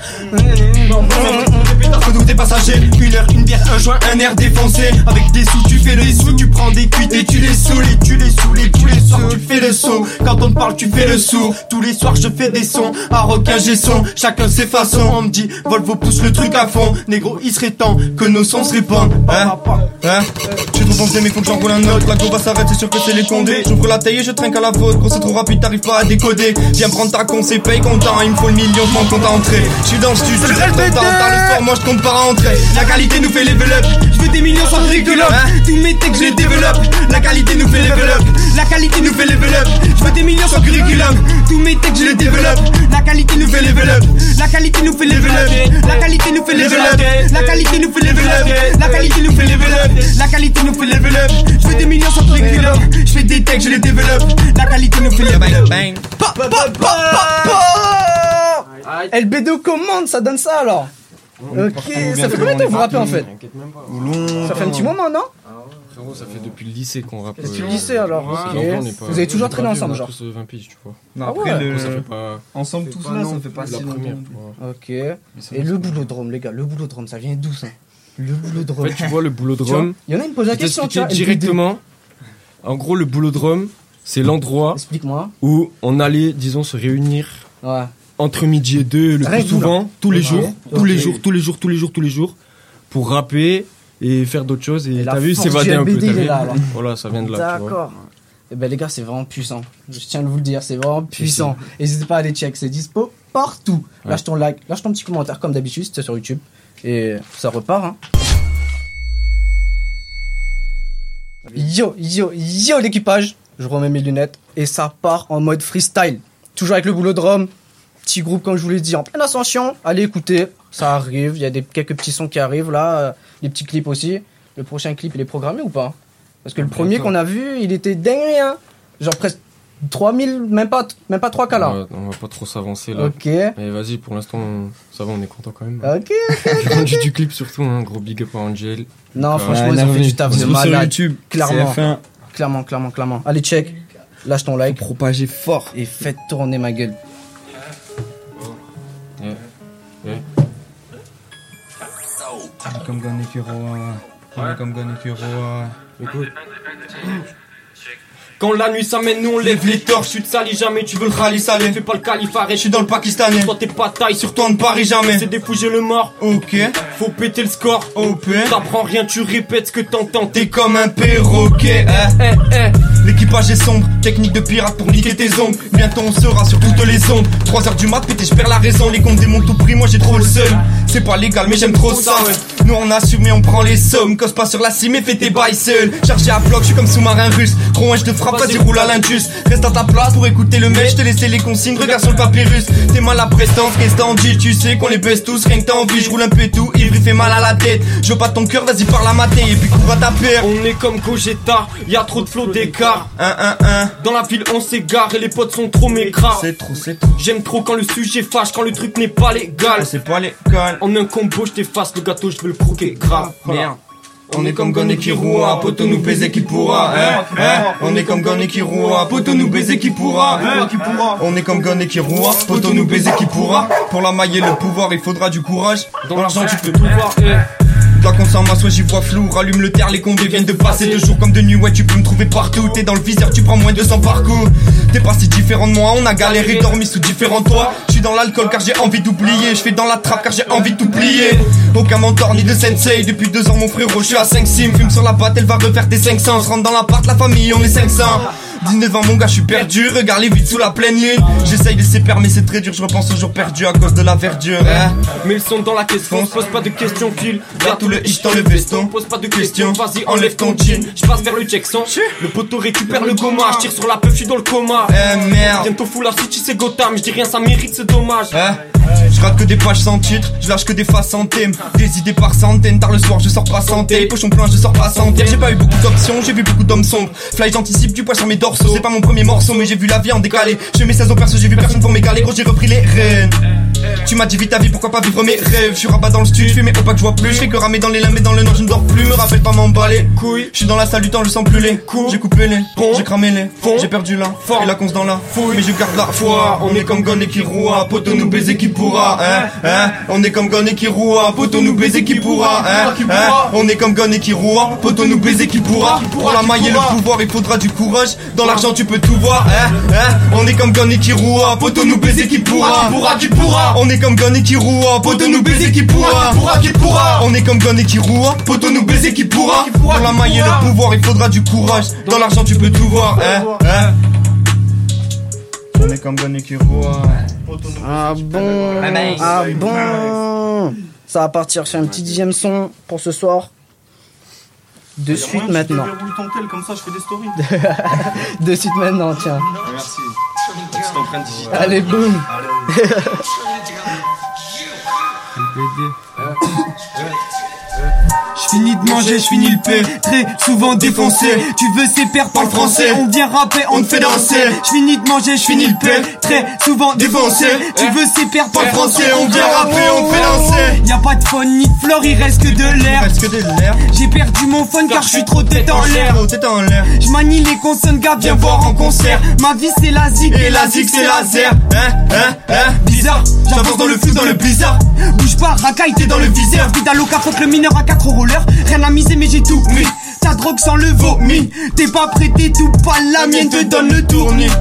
Faut tes passagers, une heure, une bière, un joint, un air défoncé. Avec des sous, tu fais le sous, tu prends des cuites et tu les saoules, et tu les saoules, et tous les soirs tu fais le saut. Quand on te parle, tu fais le sourd. Tous les soirs, je fais des sons, à requin, j'ai son. Chacun ses façons, on me dit, Volvo pousse le truc à fond. Négro, il serait temps que nos sons se répandent. Hein, hein, j'ai trop pensé, mais faut que j'en roule un autre. La go va s'arrêter, c'est sûr que c'est les condés. J'ouvre la taille et je trinque à la faute. Gros, c'est trop rapide, t'arrives pas à décoder. Viens prendre ta con, c'est paye content. Il me faut le million, je m'en compte à entrer. J'suis dans le studio, je reste content. Tard le soir, moi je compte pas rentrer. La qualité nous fait level up. Je veux des millions sans curriculum. Tous mes textes, je les développe. La qualité nous fait level up. La qualité nous fait level up. Je veux des millions sans curriculum. Tous mes textes, je les développe. La qualité nous fait level up. La qualité nous fait level up. La qualité nous fait level up. La qualité nous fait level up. La qualité nous fait level up. La qualité nous fait level up. Je veux des millions sans curriculum. Je fais des textes, je les développe. La qualité nous fait level up. Pa, pa, pa, pa, pa.
L B D commande, ça donne ça alors. Ok, ça fait combien de temps que vous rappez en fait? Ça fait un petit moment, non?
Frérot, ça fait depuis le lycée qu'on rappe.
Depuis le lycée alors, ok. Vous avez toujours traîné ensemble, genre?
On a tous vingt piges, tu vois.
Non,
Ah
après,
ouais.
le...
Ça fait pas...
ensemble tous là, ça fait pas
la
si
première,
longtemps.
tu vois.
Ok. Et le boulodrome, les gars, le boulodrome, ça vient d'où ça? Le
En
boulodrome.
fait, tu vois, le
Tu vois,
boulodrome,
il y en a une pose la
je vais
question, tu
t'expliquer
vois. L B D.
directement. En gros, le boulodrome, c'est l'endroit
Explique-moi.
où on allait, disons, se réunir
Ouais.
entre midi et deux, le
Rien
plus
que vous,
souvent, tous les
Ok.
jours, tous
Ok.
les jours, tous les jours, tous les jours, tous les jours, pour rapper et faire d'autres choses. Et,
Et la
t'as vu,
force
s'évader
du
un peu,
L B D,
t'as
il est
vu.
là, alors.
Voilà, ça vient de là, tu vois.
D'accord. Eh ben les gars, c'est vraiment puissant. Je tiens à vous le dire, c'est vraiment puissant. N'hésitez pas à aller check, c'est dispo partout.
Ouais.
Lâche ton like, lâche ton petit commentaire comme d'habitude, c'était sur YouTube. Et ça repart, hein. Yo, yo, yo l'équipage. Je remets mes lunettes et ça part en mode freestyle. Toujours avec le boulodrome. Petit groupe, comme je vous l'ai dit, en pleine ascension. Allez écouter, ça arrive. Il y a des, quelques petits sons qui arrivent là. euh, Les petits clips aussi. Le prochain clip, il est programmé ou pas? Parce que le premier qu'on a vu, il était dingue, hein. Genre presque trois mille, même pas, même pas trois K là.
Ouais, on va pas trop s'avancer là.
Ok.
Mais vas-y, pour l'instant, ça va, on est content quand même.
Ok.
J'ai rendu du clip surtout, hein, gros big up à Angel.
Non,
Ouais,
franchement, ils ont fait du taf de
Sur
malade.
YouTube,
Clairement.
C F un,
Clairement, clairement, clairement. Allez, check. Lâche ton like
propagé fort.
et faites tourner ma gueule.
Yeah. Yeah.
On est comme Gon et Kuro, on est comme Gon et Kuro.
Écoute.
Quand la nuit s'amène, nous on lève les torches. Tu te salis jamais, tu veux le rallye salé. Fais pas le calife, arrête, je suis dans le Pakistanais. Toi t'es pas taille, sur toi on ne parie jamais. C'est des fous, j'ai le mort. Ok, faut péter le score. O P, t'apprends rien, tu répètes ce que t'entends. T'es comme un perroquet. Eh, eh, eh. L'équipage est sombre, technique de pirate pour niquer tes ongles. Bientôt on sera sur toutes les ondes. trois heures du mat, pété, je perds la raison. Les comptes démontent tout prix, moi j'ai trop le seul. C'est pas légal, mais j'aime trop ça. Nous on assume et on prend les sommes. Cause pas sur la cime et fais tes bails seul. Chargé à bloc, je suis comme sous-marin russe. Trop je te frappe, vas-y roule à l'indus. Reste à ta place pour écouter le mec. Je te laissé les consignes, regarde sur le papyrus. T'es mal à prestance, qu'est-ce t'en dis? Tu sais qu'on les baisse tous, rien que t'as envie. Je roule un peu tout, ivre il fait mal à la tête. Je veux pas ton cœur, vas-y parle à mater. Et puis couvre à ta paire.
On est comme Gogeta, y'a trop de flots d'écart.
Un, un, un.
Dans la ville on s'égare et les potes sont trop mécras.
C'est trop, c'est trop.
J'aime trop quand le sujet fâche, quand le truc n'est pas légal.
C'est pas l'école.
En un combo je t'efface, le gâteau je veux le croquer grave.
Merde. On est comme Gon et Kuro, un poteau nous baiser qui pourra, hein, hein. On est comme Gon et Kuro, un poteau nous baiser qui pourra, hein. On est comme Gon et Kuro, un poteau nous baiser qui pourra. Pour la mailler le pouvoir, il faudra du courage.
Dans l'argent tu peux tout voir, eh.
Toi qu'on s'en m'assoit, j'y vois flou. Rallume le terre, les condés viennent de passer. Deux jours comme de nuit, ouais, tu peux me trouver partout. T'es dans le viseur, tu prends moins de cent parcours. T'es pas si différent de moi, on a galéré, dormi sous différents toits. J'suis dans l'alcool car j'ai envie d'oublier. J'fais dans la trappe car j'ai envie de tout plier. Aucun mentor ni de sensei. Depuis deux ans, mon frérot, j'suis à cinq sim. Fume sur la patte, elle va refaire tes cinq cents. Rentre dans l'appart, la famille, on est cinq cents. dix-neuf ans mon gars, je suis perdu, regarde les vides sous la pleine lune. J'essaye de laisser faire mais c'est très dur, je repense aux jours perdus à cause de la verdure, hein.
Mais ils sont dans la question, pose pas de questions qu'il
Garde tout le ish dans le veston.
Pose pas de questions, vas-y enlève ton jean. J'passe vers le Jackson, le poteau récupère le goma. J'tire sur la peuf, j'suis dans le coma.
Eh merde.
Bientôt full la city c'est Gotham, j'dis rien ça mérite ce dommage.
Hein? Je rate que des pages sans titre, je lâche que des faces en thème. Des idées par centaines, tard le soir je sors pas santé. Pochon plein je sors pas santé. J'ai pas eu beaucoup d'options, j'ai vu beaucoup d'hommes sombres. Fly j'anticipe du poids sur mes dorsaux. C'est pas mon premier morceau mais j'ai vu la vie en décalé. J'ai mes seize ans perso, j'ai vu personne pour m'égaler. Gros j'ai repris les rênes. Tu m'as dit vite ta vie, pourquoi pas vivre mes rêves. Je suis rabat dans le studio, je fais mes repas que je vois plus. Je fais que ramer dans les limbes et dans le nord, je ne dors plus. Me rappelle pas m'emballer. Je suis dans la salle du temps, je sens plus les coups. J'ai coupé les ponts, j'ai cramé les fonds. J'ai perdu la foi et la conce dans la fouille. Mais je garde la foi. On est comme Gon et Kirua, poto nous baiser qui pourra. Hein, hein. On est comme Gon et Kirua, poto nous baiser qui pourra. Hein, hein. On est comme Gon et Kirua, poto nous baiser qui pourra. Pour la maille et le pouvoir, il faudra du courage. Dans l'argent, tu peux tout voir. Hein, hein. On est comme Gon et Kirua, poto nous baiser qui pourra. Qui pourra, qui pourra. On est comme Gon et Kirua, poto nous baiser qui pourra. Qui pourra, qui pourra. On est comme Gon et Kirua, poto nous baiser qui pourra. Pour la maille et le pouvoir, il faudra du courage. Dans l'argent, tu peux tout voir. Hein, hein. On est comme Gon et Kirua.
Ah bon, ah bon. Ça va partir sur un petit dixième son pour ce soir. De suite maintenant.
Comme ça, je fais des stories.
De suite maintenant, tiens.
Merci. C'est en train de digiter.
Allez, boum.
J'finis de manger, j'finis le paix, très souvent défoncé. Tu veux ces pères par le français, on vient rapper, on te fait danser. J'finis de manger, j'finis le paix, très souvent défoncé. Tu veux ces pères par le français, on vient rapper, on te fait danser. Y'a pas de faune ni de flore, il reste que de l'air.
Reste que de l'air.
J'ai perdu mon phone car je suis trop tête en l'air.
Tête en l'air.
J'manie les consonnes, gars, viens voir en concert. Ma vie c'est la zig
Et la zig c'est laser. Hein, hein, hein.
Bizarre,
J'avance dans le flou, dans le blizzard.
bouge pas, racaille, t'es dans le viseur. Vidal au café, le mineur à quatre rollers. Rien à miser mais j'ai tout mis. Ta drogue sans le vomi. T'es pas prêt, t'es tout pas la mienne te donne le tournis.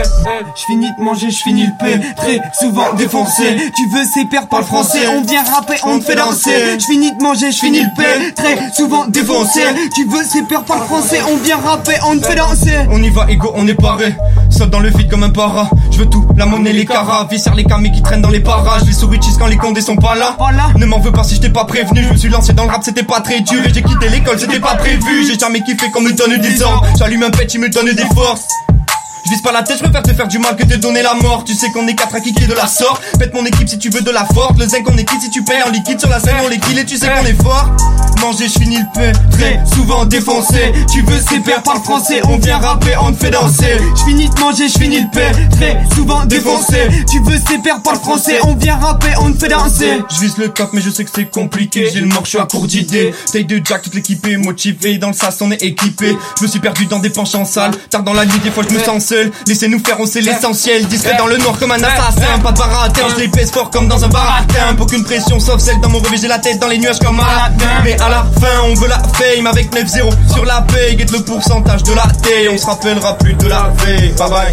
J'finis de manger, j'finis le paix. Très souvent défoncé. Tu veux ces pères par le français. On vient rapper, on te fait danser. J'finis de manger, j'finis le paix. Très souvent défoncé. Tu veux ces pères par le français. On vient rapper, on te fait danser.
On y va, ego, on est paré. Saute dans le vide comme un para. Je veux tout, la monnaie, les caras. Viscère les camis qui traînent dans les parages. Les souris cheese quand les condés sont pas là.
Pas là.
Ne m'en veux pas si je t'ai pas prévenu. Je me suis lancé dans le rap, c'était pas très dur. Et j'ai quitté l'école, c'était pas prévu. J'ai jamais kiffé qu'on me donne des ordres. J'allume un pet, il me donne des forces. Je vise pas la tête, je préfère te faire du mal que te donner la mort. Tu sais qu'on est quatre à kicker de la sorte. Pète mon équipe si tu veux de la forte. Le zinc on est quitte si tu payes en liquide. Sur la scène on les kill et tu sais qu'on est fort. Manger, je finis le pain.
Très souvent défoncé. Tu veux ces pères par le français. On vient rapper, on te fait danser. J'finis de manger, j'finis le pain. Très souvent défoncé. Tu veux ces pères par le français. On vient rapper, on te fait danser.
Je vise le top mais je sais que c'est compliqué. J'ai le mort, je suis à court d'idées. Taille de Jack, toute l'équipe est motivée. Dans le sas on est équipé. Je me suis perdu dans des penchants sales. Tard dans la nuit des fois je me sens seul. Laissez-nous faire, on sait l'essentiel. Discret dans le noir comme un assassin. Pas de baratin, je les pèse fort comme dans un baratin. Aucune pression sauf celle dans mon rêve. J'ai la tête dans les nuages comme Aladdin. Mais à la fin on veut la fame avec neuf zéro sur la paye. Guette le pourcentage de la taille. On se rappellera plus de la veille. Bye bye.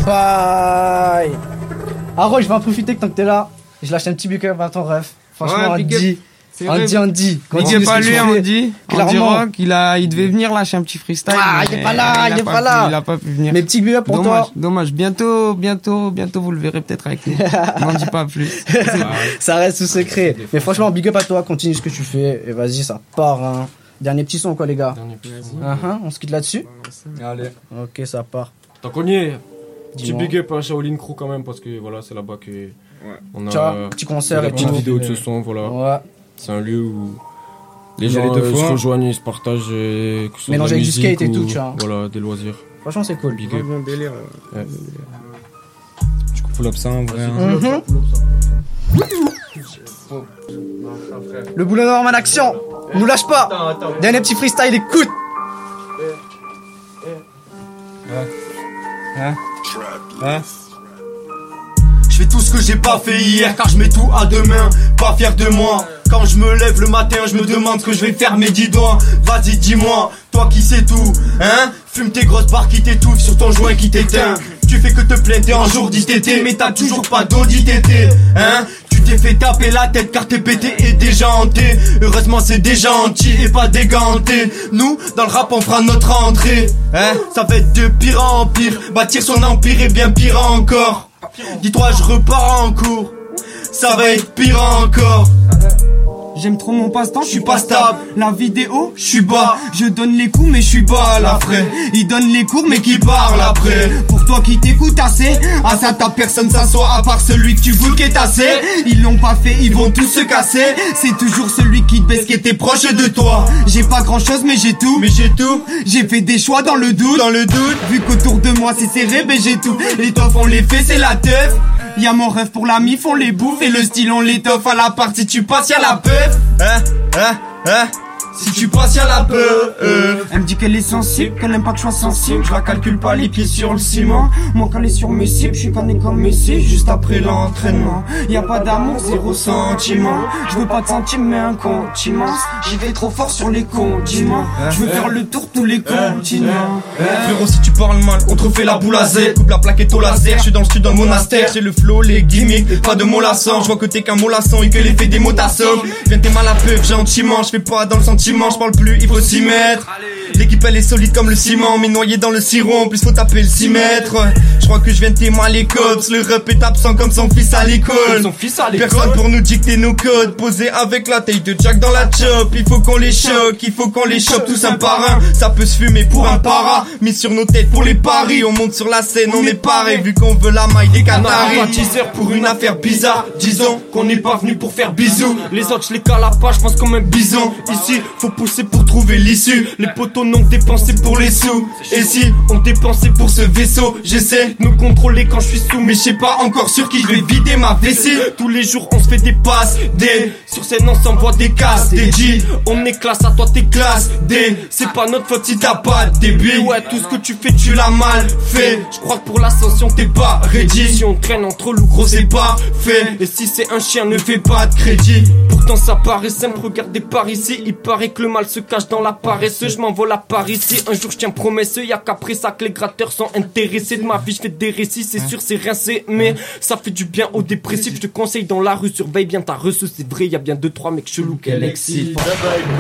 Bye. Aro, je vais en profiter que tant que t'es là. Je lâche un petit big up à ton ref. Franchement, on dit. On dit, on dit.
Il dit pas lui, on dit. On dira qu'il a, il devait venir lâcher un petit freestyle.
Ah, il est pas là, il est pas là.
Il a pas pu venir.
Mes petits big up pour
dommage,
toi.
Dommage. Bientôt, bientôt, bientôt, vous le verrez peut-être avec nous. N'en dis pas plus.
Ça reste sous secret. Mais franchement, big up à toi. Continue ce que tu fais. Et vas-y, ça part, hein. Dernier petit son, quoi, les gars?
Dernier petit son.
Uh-huh, on se quitte là-dessus?
Allez.
Ok, ça part.
Tant qu'on y est, petit
Dis-moi.
big up à Shaolin Crew quand même, parce que voilà, c'est là-bas que. On a
Tiens, petit concert
la
et
petite
tout.
vidéo de ce son, voilà.
Ouais.
C'est un lieu où les
J'y allais
gens
deux
euh, se
fois.
rejoignent, ils se partagent, euh, que ce soit
Mélanger
de la
avec du
musique
skate et
ou,
tout, tu vois.
Voilà, des loisirs.
Franchement, c'est cool.
Big up.
Bon délire.
Ouais.
Du coup, pull up ça en vrai. hein.
Mhm. Le boulot norme en action. Nous lâche pas. Dernier petit freestyle, écoute.
Hein? Hein?
Je fais tout ce que j'ai pas fait hier car je mets tout à demain, pas fier de moi. Quand je me lève le matin je me demande ce que je vais faire mes dix doigts. Vas-y dis-moi, toi qui sais tout, hein? Fume tes grosses barres qui t'étouffent sur ton joint qui t'éteint. Tu fais que te plaindre, t'es en jour d'I T T, mais t'as toujours pas d'eau d'I T T, hein? Tu t'es fait taper la tête car t'es pété et déjà hanté. Heureusement c'est déjà anti et pas déganté. Nous, dans le rap on fera notre entrée, hein? Ça va être de pire en pire, bâtir son empire est bien pire encore. Dis-toi je repars en cours, ça va être pire encore.
J'aime trop mon passe-temps,
Je suis pas stable,
La vidéo,
je suis bas,
je donne les coups mais je suis pas à la frais.
il donne les cours mais qui parle après.
Pour toi qui t'écoutes assez, à ça ta personne s'assoit à part celui que tu veux qui est assez. Ils l'ont pas fait, ils vont tous se casser. C'est toujours celui qui te baisse qui était proche de toi. J'ai pas grand chose mais j'ai tout,
Mais j'ai tout,
j'ai fait des choix dans le doute.
dans le doute.
Vu qu'autour de moi c'est serré, ben j'ai tout. Les toffes on les fait, c'est la teuf. Y'a mon rêve pour la mif, on les bouffe et le style on l'étoffe. À la partie tu passes, y'a la peuf.
Hein, hein, hein. Si tu passes y'a la peur.
Elle me dit qu'elle est sensible, qu'elle aime pas que je sois sensible. Je la calcule pas les pieds sur le ciment. Moi quand elle est sur mes cibles, je suis canné comme Messi. Juste après l'entraînement, y'a pas d'amour, zéro sentiment. Je veux pas de centimes mais un continence. J'y vais trop fort sur les condiments. Je veux faire le tour tous les continents.
Frérot si tu parles mal, on te refait la boule à Z. Coupe la plaquette au laser, je suis dans le sud d'un monastère. J'ai le flow, les gimmicks, pas de mollasson. Je vois que t'es qu'un mollasson et que l'effet des mots t'assomme. Viens t'es mal à peu, gentiment, je fais pas dans le sentiment. Je parle plus, il faut s'y mettre. L'équipe elle est solide comme le ciment, mais noyé dans le sirop, en plus faut taper le six mètres. Je crois que je viens de témoin les cops. Le rap est absent comme son fils à l'école.
Son fils à l'école.
Personne pour nous dicter nos codes. Posé avec la taille de Jack dans la chop. Il faut qu'on les choque, il faut qu'on les chope tous un par un. Ça peut se fumer pour un para. Mis sur nos têtes pour les paris. On monte sur la scène, on est paré. Vu qu'on veut la maille des Qataris.
On a un teaser pour une affaire bizarre. Disons qu'on n'est pas venu pour faire bisous. Les autres je les cale à pas, je pense comme un bison. Ici faut pousser pour trouver l'issue. Les poteaux n'ont dépensé pour les sous. Et si on dépensait pour ce vaisseau, j'essaie de me contrôler quand je suis sous.
Mais je sais pas encore sur qui je vais vider ma vessie.
Tous les jours on se fait des passes D. Sur scène on s'envoie des casses des G. On est classe, à toi t'es classe D. C'est pas notre faute si t'as pas de débit. Ouais tout ce que tu fais tu l'as mal fait. Je crois que pour l'ascension t'es pas ready. Si on traîne entre loups gros c'est pas fait. Et si c'est un chien ne fais pas de crédit. Pourtant ça paraît simple, regardez par ici. Il paraît que le mal se cache dans la paresse. Je m'envole à par ici. Un jour je tiens promesse. Y'a qu'après ça que les gratteurs sont intéressés. De ma vie je fais des récits. C'est sûr c'est rincé mais ça fait du bien aux dépressifs. Je te conseille dans la rue, surveille bien ta ressource. C'est vrai y'a bien deux trois mecs chelous qu'elle excite.
Bang,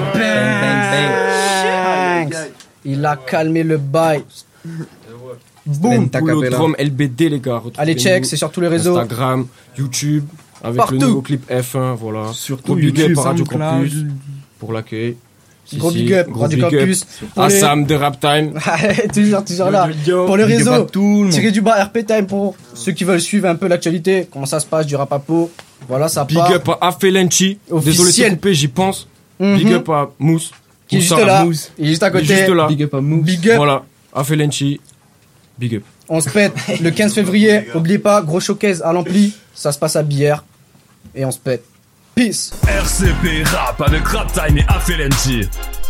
bang, bang. Il a calmé le bail. Boum.
Boulodrome L B D les gars.
Allez check, c'est sur tous les réseaux.
Instagram, YouTube, avec
partout.
Le nouveau clip F un, voilà.
Surtout
Big
YouTube,
up à Radio
SoundCloud.
Campus pour l'accueil. Si,
Gros
si,
big up,
gros
Radio
big up
Campus.
à
les-
Sam de Rap Time.
toujours, toujours là.
Yo, yo, yo.
Pour le
Big up
réseau,
à tout le monde.
tirez du bas R P Time pour ceux qui veulent suivre un peu l'actualité. Comment ça se passe du rap à peau. Voilà, ça
Big
part.
up à Afelenchi. Désolé
Officiel.
c'est coupé, j'y pense.
Mhm.
Big up à Mousse.
Qui est juste
Moussa
là.
Mousse.
Il est juste à
Il est
côté.
juste là.
Big up à Mousse.
Big up.
Voilà, Afelenchi. Big up.
On se pète le quinze février. Oubliez pas, gros showcase à l'ampli. Ça se passe à Bière. Et on se pète. Peace.
R C P Rap avec Rap Time et Afelenchi.